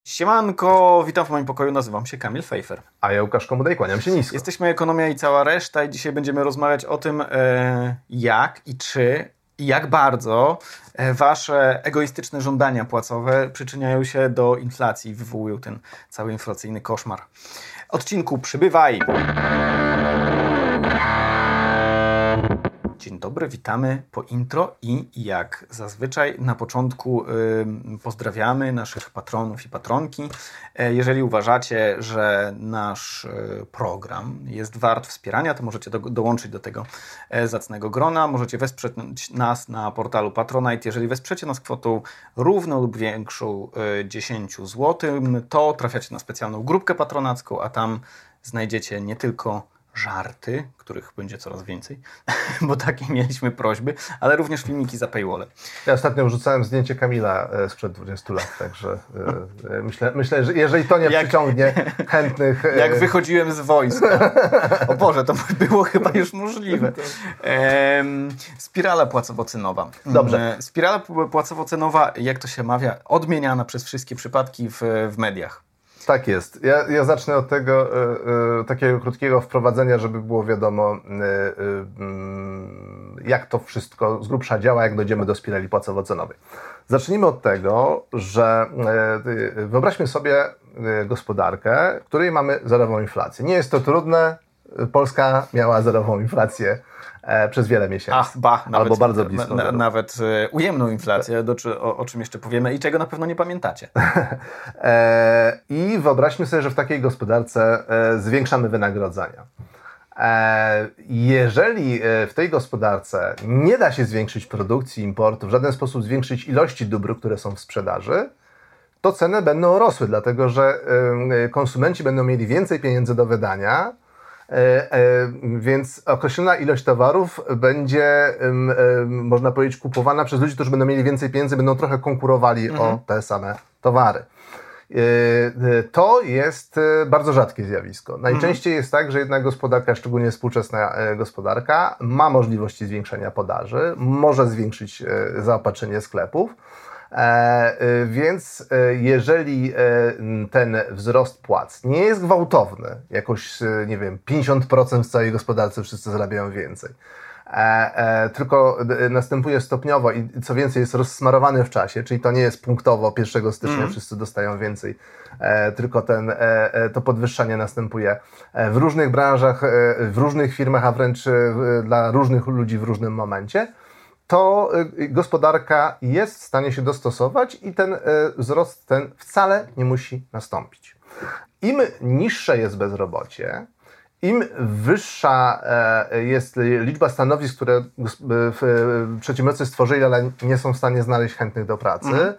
Siemanko, witam w moim pokoju, nazywam się Kamil Fejfer. A ja Łukasz Komodej, kłaniam się nisko. Jesteśmy Ekonomia i cała reszta i dzisiaj będziemy rozmawiać o tym, jak i czy i jak bardzo wasze egoistyczne żądania płacowe przyczyniają się do inflacji i wywołują ten cały inflacyjny koszmar. Odcinku przybywaj! Dzień dobry, witamy po intro i jak zazwyczaj na początku pozdrawiamy naszych patronów i patronki. Jeżeli uważacie, że nasz program jest wart wspierania, to możecie dołączyć do tego zacnego grona. Możecie wesprzeć nas na portalu Patronite. Jeżeli wesprzecie nas kwotą równą lub większą 10 zł, to trafiacie na specjalną grupkę patronacką, a tam znajdziecie nie tylko żarty, których będzie coraz więcej, bo takie mieliśmy prośby, ale również filmiki za paywallem. Ja ostatnio wrzucałem zdjęcie Kamila sprzed 20 lat, także myślę, że jeżeli to nie przyciągnie chętnych... Jak wychodziłem z wojska. O Boże, to było chyba już możliwe. Spirala płacowo-cenowa. Dobrze. Spirala płacowo-cenowa, jak to się mawia, odmieniana przez wszystkie przypadki w mediach. Tak jest. Ja zacznę od tego takiego krótkiego wprowadzenia, żeby było wiadomo, jak to wszystko z grubsza działa, jak dojdziemy do spirali płacowo-cenowej. Zacznijmy od tego, że wyobraźmy sobie gospodarkę, w której mamy zerową inflację. Nie jest to trudne. Polska miała zerową inflację przez wiele miesięcy. Albo bardzo blisko. Nawet ujemną inflację, o czym jeszcze powiemy i czego na pewno nie pamiętacie. I wyobraźmy sobie, że w takiej gospodarce zwiększamy wynagrodzenia. Jeżeli w tej gospodarce nie da się zwiększyć produkcji, importu, w żaden sposób zwiększyć ilości dóbr, które są w sprzedaży, to ceny będą rosły, dlatego że konsumenci będą mieli więcej pieniędzy do wydania, więc określona ilość towarów będzie, można powiedzieć, kupowana przez ludzi, którzy będą mieli więcej pieniędzy, będą trochę konkurowali o te same towary. To jest bardzo rzadkie zjawisko. Najczęściej jest tak, że jednak gospodarka, szczególnie współczesna gospodarka, ma możliwości zwiększenia podaży, może zwiększyć zaopatrzenie sklepów. Więc jeżeli ten wzrost płac nie jest gwałtowny, jakoś, nie wiem, 50% w całej gospodarce wszyscy zarabiają więcej, tylko następuje stopniowo i co więcej jest rozsmarowany w czasie, czyli to nie jest punktowo 1 stycznia wszyscy dostają więcej, tylko to podwyższanie następuje w różnych branżach, w różnych firmach, a wręcz dla różnych ludzi w różnym momencie, to gospodarka jest w stanie się dostosować i ten wzrost wcale nie musi nastąpić. Im niższe jest bezrobocie, im wyższa jest liczba stanowisk, które przedsiębiorcy stworzyli, ale nie są w stanie znaleźć chętnych do pracy,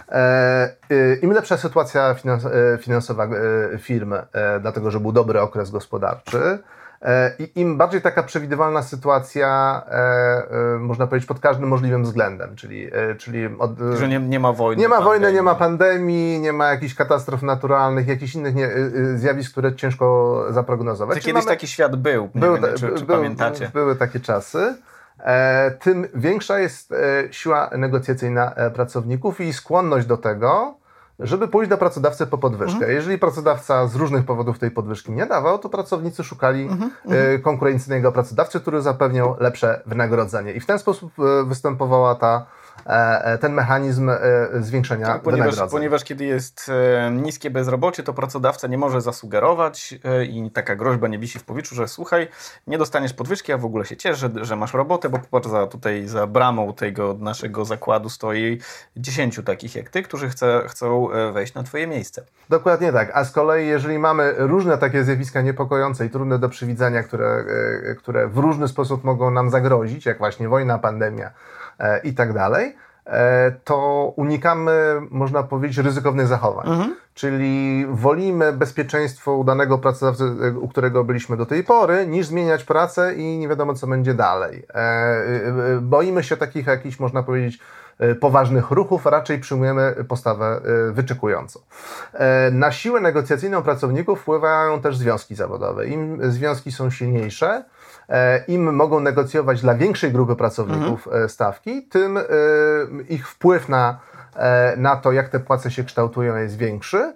im lepsza sytuacja finansowa firmy, dlatego że był dobry okres gospodarczy, i im bardziej taka przewidywalna sytuacja, można powiedzieć, pod każdym możliwym względem, czyli że nie ma wojny. Nie ma wojny, nie ma pandemii, nie ma jakichś katastrof naturalnych, jakichś innych zjawisk, które ciężko zaprognozować. Kiedyś taki świat był, czy pamiętacie? Były takie czasy. Tym większa jest siła negocjacyjna pracowników i skłonność do tego, żeby pójść do pracodawcy po podwyżkę. Jeżeli pracodawca z różnych powodów tej podwyżki nie dawał, to pracownicy szukali konkurencyjnego pracodawcy, który zapewniał lepsze wynagrodzenie. I w ten sposób występowała ten mechanizm zwiększenia wynagrodzeń. Ponieważ kiedy jest niskie bezrobocie, to pracodawca nie może zasugerować i taka groźba nie wisi w powietrzu, że słuchaj, nie dostaniesz podwyżki, a w ogóle się ciesz, że masz robotę, bo popatrz, za bramą tego naszego zakładu stoi 10 takich jak ty, którzy chcą wejść na twoje miejsce. Dokładnie tak. A z kolei jeżeli mamy różne takie zjawiska niepokojące i trudne do przewidzenia, które w różny sposób mogą nam zagrozić, jak właśnie wojna, pandemia i tak dalej, to unikamy, można powiedzieć, ryzykownych zachowań. Czyli wolimy bezpieczeństwo u danego pracodawcy, u którego byliśmy do tej pory, niż zmieniać pracę i nie wiadomo, co będzie dalej. Boimy się takich jakichś, można powiedzieć, poważnych ruchów, raczej przyjmujemy postawę wyczekującą. Na siłę negocjacyjną pracowników wpływają też związki zawodowe. Im związki są silniejsze, im mogą negocjować dla większej grupy pracowników stawki, tym ich wpływ na na to, jak te płace się kształtują, jest większy,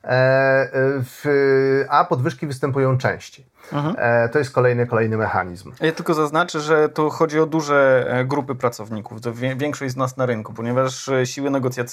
a podwyżki występują częściej. To jest kolejny mechanizm. Ja tylko zaznaczę, że tu chodzi o duże grupy pracowników. To większość z nas na rynku, ponieważ na siłę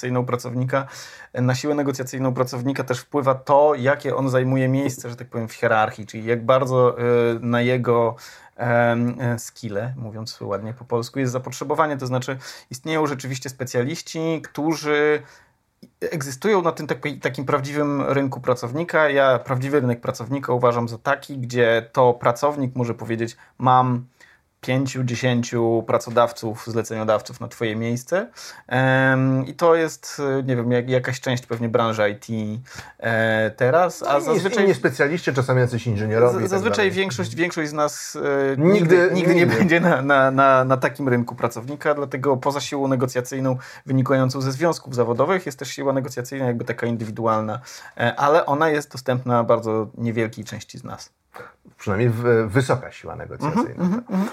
negocjacyjną pracownika też wpływa to, jakie on zajmuje miejsce, że tak powiem, w hierarchii, czyli jak bardzo na jego skille, mówiąc ładnie po polsku, jest zapotrzebowanie. To znaczy istnieją rzeczywiście specjaliści, którzy egzystują na tym takim prawdziwym rynku pracownika. Ja prawdziwy rynek pracownika uważam za taki, gdzie to pracownik może powiedzieć: mam 5-10 pracodawców, zleceniodawców na twoje miejsce. I to jest, nie wiem, jakaś część pewnie branży IT teraz. A zazwyczaj nie specjaliści, czasami jacyś inżynierowie. Zazwyczaj większość z nas nigdy nie będzie na takim rynku pracownika, dlatego poza siłą negocjacyjną wynikającą ze związków zawodowych jest też siła negocjacyjna jakby taka indywidualna, ale ona jest dostępna bardzo niewielkiej części z nas. Przynajmniej wysoka siła negocjacyjna.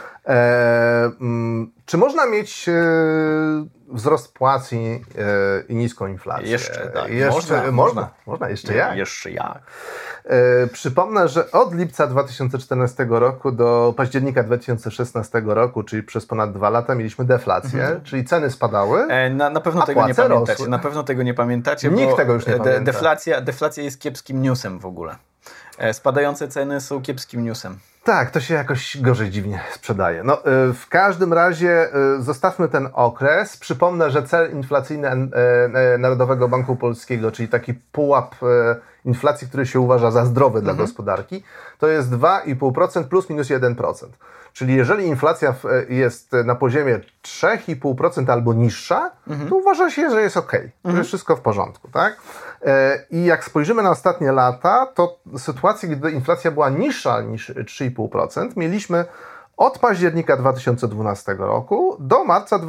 Czy można mieć wzrost płac i niską inflację? Jeszcze tak. Można. Jeszcze jak? Jeszcze jak. Przypomnę, że od lipca 2014 roku do października 2016 roku, czyli przez ponad 2 lata, mieliśmy deflację, czyli ceny spadały, na pewno tego nie pamiętacie. Rosły. Na pewno tego nie pamiętacie, Nikt tego już nie pamięta. Deflacja jest kiepskim newsem w ogóle. Spadające ceny są kiepskim newsem. Tak, to się jakoś gorzej dziwnie sprzedaje. No, w każdym razie zostawmy ten okres. Przypomnę, że cel inflacyjny Narodowego Banku Polskiego, czyli taki pułap inflacji, który się uważa za zdrowy dla gospodarki, to jest 2,5% plus minus 1%. Czyli jeżeli inflacja jest na poziomie 3,5% albo niższa, to uważa się, że jest ok, że jest wszystko w porządku, tak? I jak spojrzymy na ostatnie lata, to sytuację, gdy inflacja była niższa niż 3,5%, mieliśmy od października 2012 roku do marca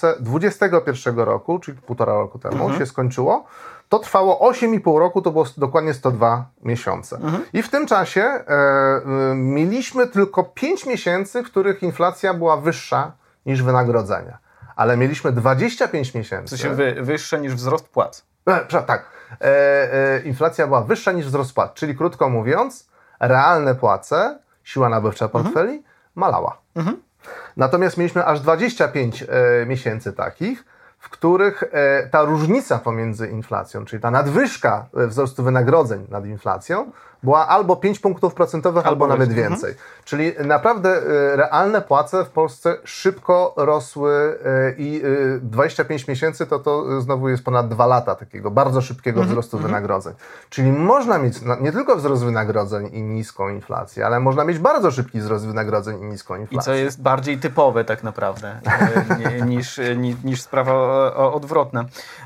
2021 roku, czyli 1,5 roku temu się skończyło. To trwało 8,5 roku, to było dokładnie 102 miesiące. I w tym czasie mieliśmy tylko 5 miesięcy, w których inflacja była wyższa niż wynagrodzenia. Ale mieliśmy 25 miesięcy. W sensie wyższe niż wzrost płac. Tak. Inflacja była wyższa niż wzrost płac. Czyli krótko mówiąc, realne płace, siła nabywcza portfeli malała. Natomiast mieliśmy aż 25 miesięcy takich, w których ta różnica pomiędzy inflacją, czyli ta nadwyżka wzrostu wynagrodzeń nad inflacją, była albo 5 punktów procentowych, albo nawet więcej. Czyli naprawdę realne płace w Polsce szybko rosły i 25 miesięcy to znowu jest ponad 2 lata takiego bardzo szybkiego wzrostu wynagrodzeń. Czyli można mieć nie tylko wzrost wynagrodzeń i niską inflację, ale można mieć bardzo szybki wzrost wynagrodzeń i niską inflację. I co jest bardziej typowe tak naprawdę niż sprawa odwrotna.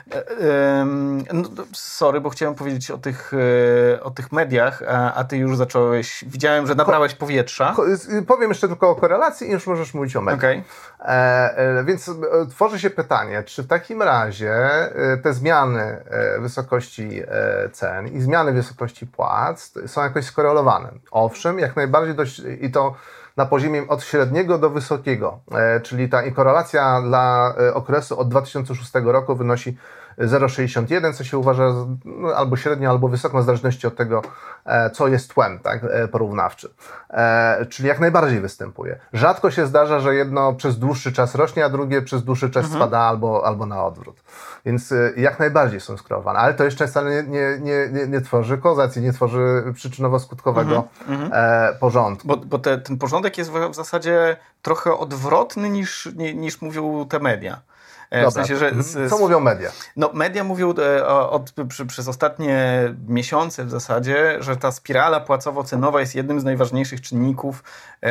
No, sorry, bo chciałem powiedzieć o tych mediach, a ty już zacząłeś, widziałem, że nabrałeś powietrza. Powiem jeszcze tylko o korelacji i już możesz mówić o mediach. Więc tworzy się pytanie, czy w takim razie te zmiany wysokości cen i zmiany wysokości płac są jakoś skorelowane? Owszem, jak najbardziej i to na poziomie od średniego do wysokiego, czyli ta korelacja dla okresu od 2006 roku wynosi 0,61, co się uważa albo średnio, albo wysoko, w zależności od tego, co jest tłem, tak, porównawczy. Czyli jak najbardziej występuje. Rzadko się zdarza, że jedno przez dłuższy czas rośnie, a drugie przez dłuższy czas spada albo na odwrót. Więc jak najbardziej są skreowane. Ale to jeszcze wcale nie tworzy kauzacji, nie tworzy przyczynowo-skutkowego porządku. Bo ten porządek jest w zasadzie trochę odwrotny niż mówią te media. Dobra, w sensie, że co mówią media? No, media mówią przez ostatnie miesiące w zasadzie, że ta spirala płacowo-cenowa jest jednym z najważniejszych czynników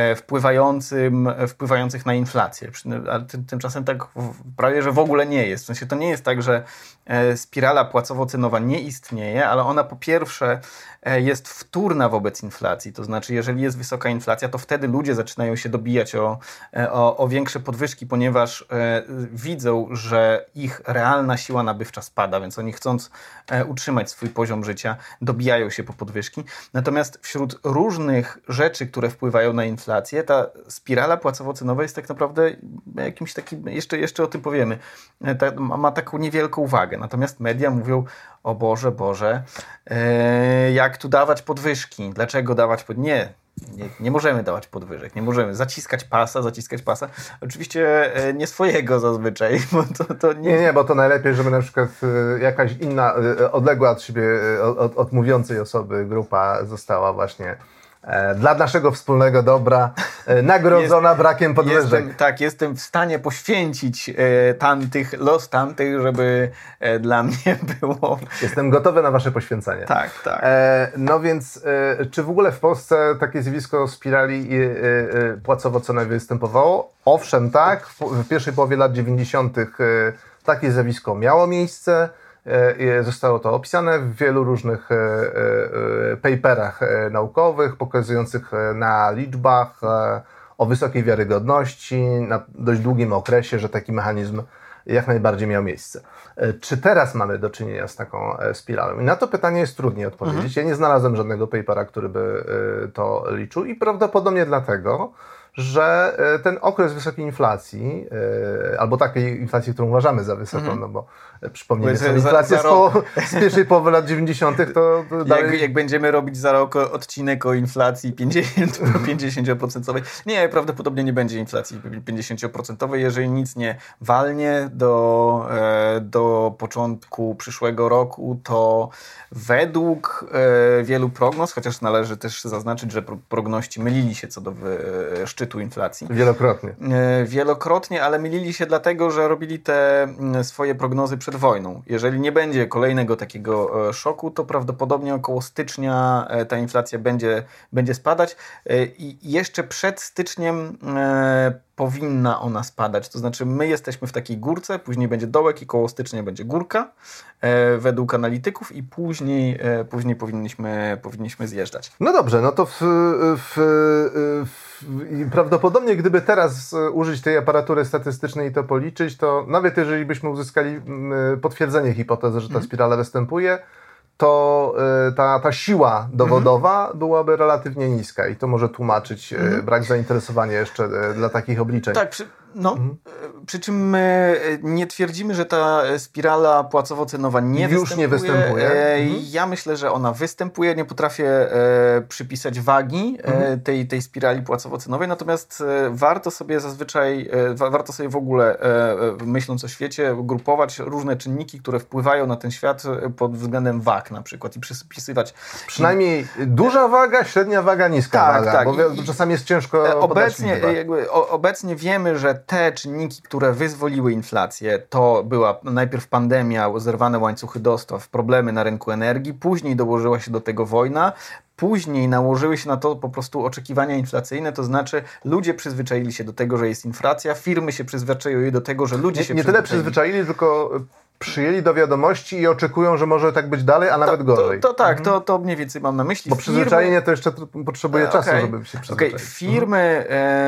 wpływających na inflację. Ale tymczasem tak prawie, że w ogóle nie jest. W sensie to nie jest tak, że spirala płacowo-cenowa nie istnieje, ale ona po pierwsze jest wtórna wobec inflacji. To znaczy, jeżeli jest wysoka inflacja, to wtedy ludzie zaczynają się dobijać o większe podwyżki, ponieważ widzą, że ich realna siła nabywcza spada, więc oni chcąc utrzymać swój poziom życia, dobijają się po podwyżki. Natomiast wśród różnych rzeczy, które wpływają na inflację, ta spirala płacowo-cenowa jest tak naprawdę jakimś takim, jeszcze o tym powiemy, ma taką niewielką wagę. Natomiast media mówią, o Boże, jak tu dawać podwyżki? Dlaczego dawać Nie możemy dawać podwyżek, nie możemy zaciskać pasa. Oczywiście nie swojego zazwyczaj, bo to nie... Nie, bo to najlepiej, żeby na przykład jakaś inna, odległa od siebie, od mówiącej osoby grupa została właśnie dla naszego wspólnego dobra nagrodzona brakiem podwyżek. Jestem w stanie poświęcić los tamtych, żeby dla mnie było... Jestem gotowy na wasze poświęcenie. Tak. No więc, czy w ogóle w Polsce takie zjawisko spirali płacowo-cenowej występowało? Owszem, tak. W pierwszej połowie lat 90. takie zjawisko miało miejsce. Zostało to opisane w wielu różnych paperach naukowych, pokazujących na liczbach o wysokiej wiarygodności, na dość długim okresie, że taki mechanizm jak najbardziej miał miejsce. Czy teraz mamy do czynienia z taką spiralą? I na to pytanie jest trudniej odpowiedzieć. Ja nie znalazłem żadnego papera, który by to liczył i prawdopodobnie dlatego, że ten okres wysokiej inflacji, albo takiej inflacji, którą uważamy za wysoką, no bo przypomnijmy sobie inflację z pierwszej połowy lat 90. to dalej... Jak będziemy robić za rok odcinek o inflacji 50%, nie, prawdopodobnie nie będzie inflacji 50%, jeżeli nic nie walnie do początku przyszłego roku, to według wielu prognoz, chociaż należy też zaznaczyć, że progności mylili się co do szczytu inflacji. Wielokrotnie, ale mylili się dlatego, że robili te swoje prognozy przed wojną. Jeżeli nie będzie kolejnego takiego szoku, to prawdopodobnie około stycznia ta inflacja będzie spadać i jeszcze przed styczniem powinna ona spadać. To znaczy my jesteśmy w takiej górce, później będzie dołek i koło stycznia będzie górka według analityków i później powinniśmy zjeżdżać. No dobrze, no to prawdopodobnie gdyby teraz użyć tej aparatury statystycznej i to policzyć, to nawet jeżeli byśmy uzyskali potwierdzenie hipotezy, że ta spirala występuje, to ta siła dowodowa byłaby relatywnie niska i to może tłumaczyć brak zainteresowania jeszcze dla takich obliczeń. Tak, przy czym my nie twierdzimy, że ta spirala płacowo-cenowa już nie występuje. Ja myślę, że ona występuje. Nie potrafię przypisać wagi tej spirali płacowo-cenowej, natomiast warto sobie w ogóle, myśląc o świecie, grupować różne czynniki, które wpływają na ten świat pod względem wag na przykład i przypisywać. Przynajmniej duża waga, średnia waga, niska waga, bo czasami jest ciężko obecnie wiemy, że te czynniki, które wyzwoliły inflację, to była najpierw pandemia, zerwane łańcuchy dostaw, problemy na rynku energii, później dołożyła się do tego wojna, później nałożyły się na to po prostu oczekiwania inflacyjne, to znaczy ludzie przyzwyczaili się do tego, że jest inflacja, firmy się przyzwyczaiły do tego, że ludzie się nie tyle przyzwyczaili, tylko przyjęli do wiadomości i oczekują, że może tak być dalej, a nawet gorzej. To mniej więcej mam na myśli. Bo przyzwyczajenie to jeszcze potrzebuje czasu, żeby się przyzwyczaić. Firmy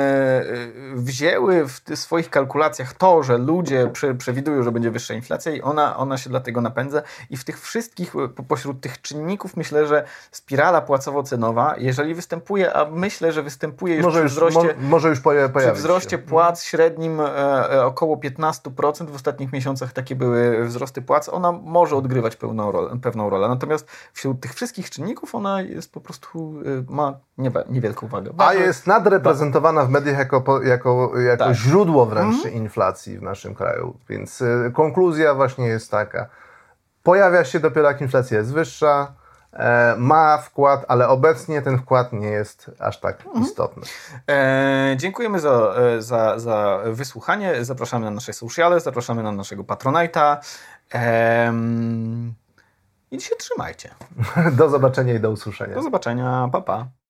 wzięły w swoich kalkulacjach to, że ludzie przewidują, że będzie wyższa inflacja i ona się dlatego napędza i w tych wszystkich, pośród tych czynników myślę, że spirala płacowo-cenowa, jeżeli występuje, a myślę, że występuje już przy wzroście płac średnim około 15%, w ostatnich miesiącach takie były wzrosty płac, ona może odgrywać pewną rolę. Natomiast wśród tych wszystkich czynników ona jest po prostu, ma niewielką wagę. A jest nadreprezentowana w mediach jako źródło wręcz inflacji w naszym kraju. Więc konkluzja właśnie jest taka. Pojawia się dopiero jak inflacja jest wyższa, ma wkład, ale obecnie ten wkład nie jest aż tak istotny. Dziękujemy za wysłuchanie. Zapraszamy na nasze sociale, zapraszamy na naszego Patronite'a. I się trzymajcie. Do zobaczenia i do usłyszenia. Do zobaczenia. Pa, pa.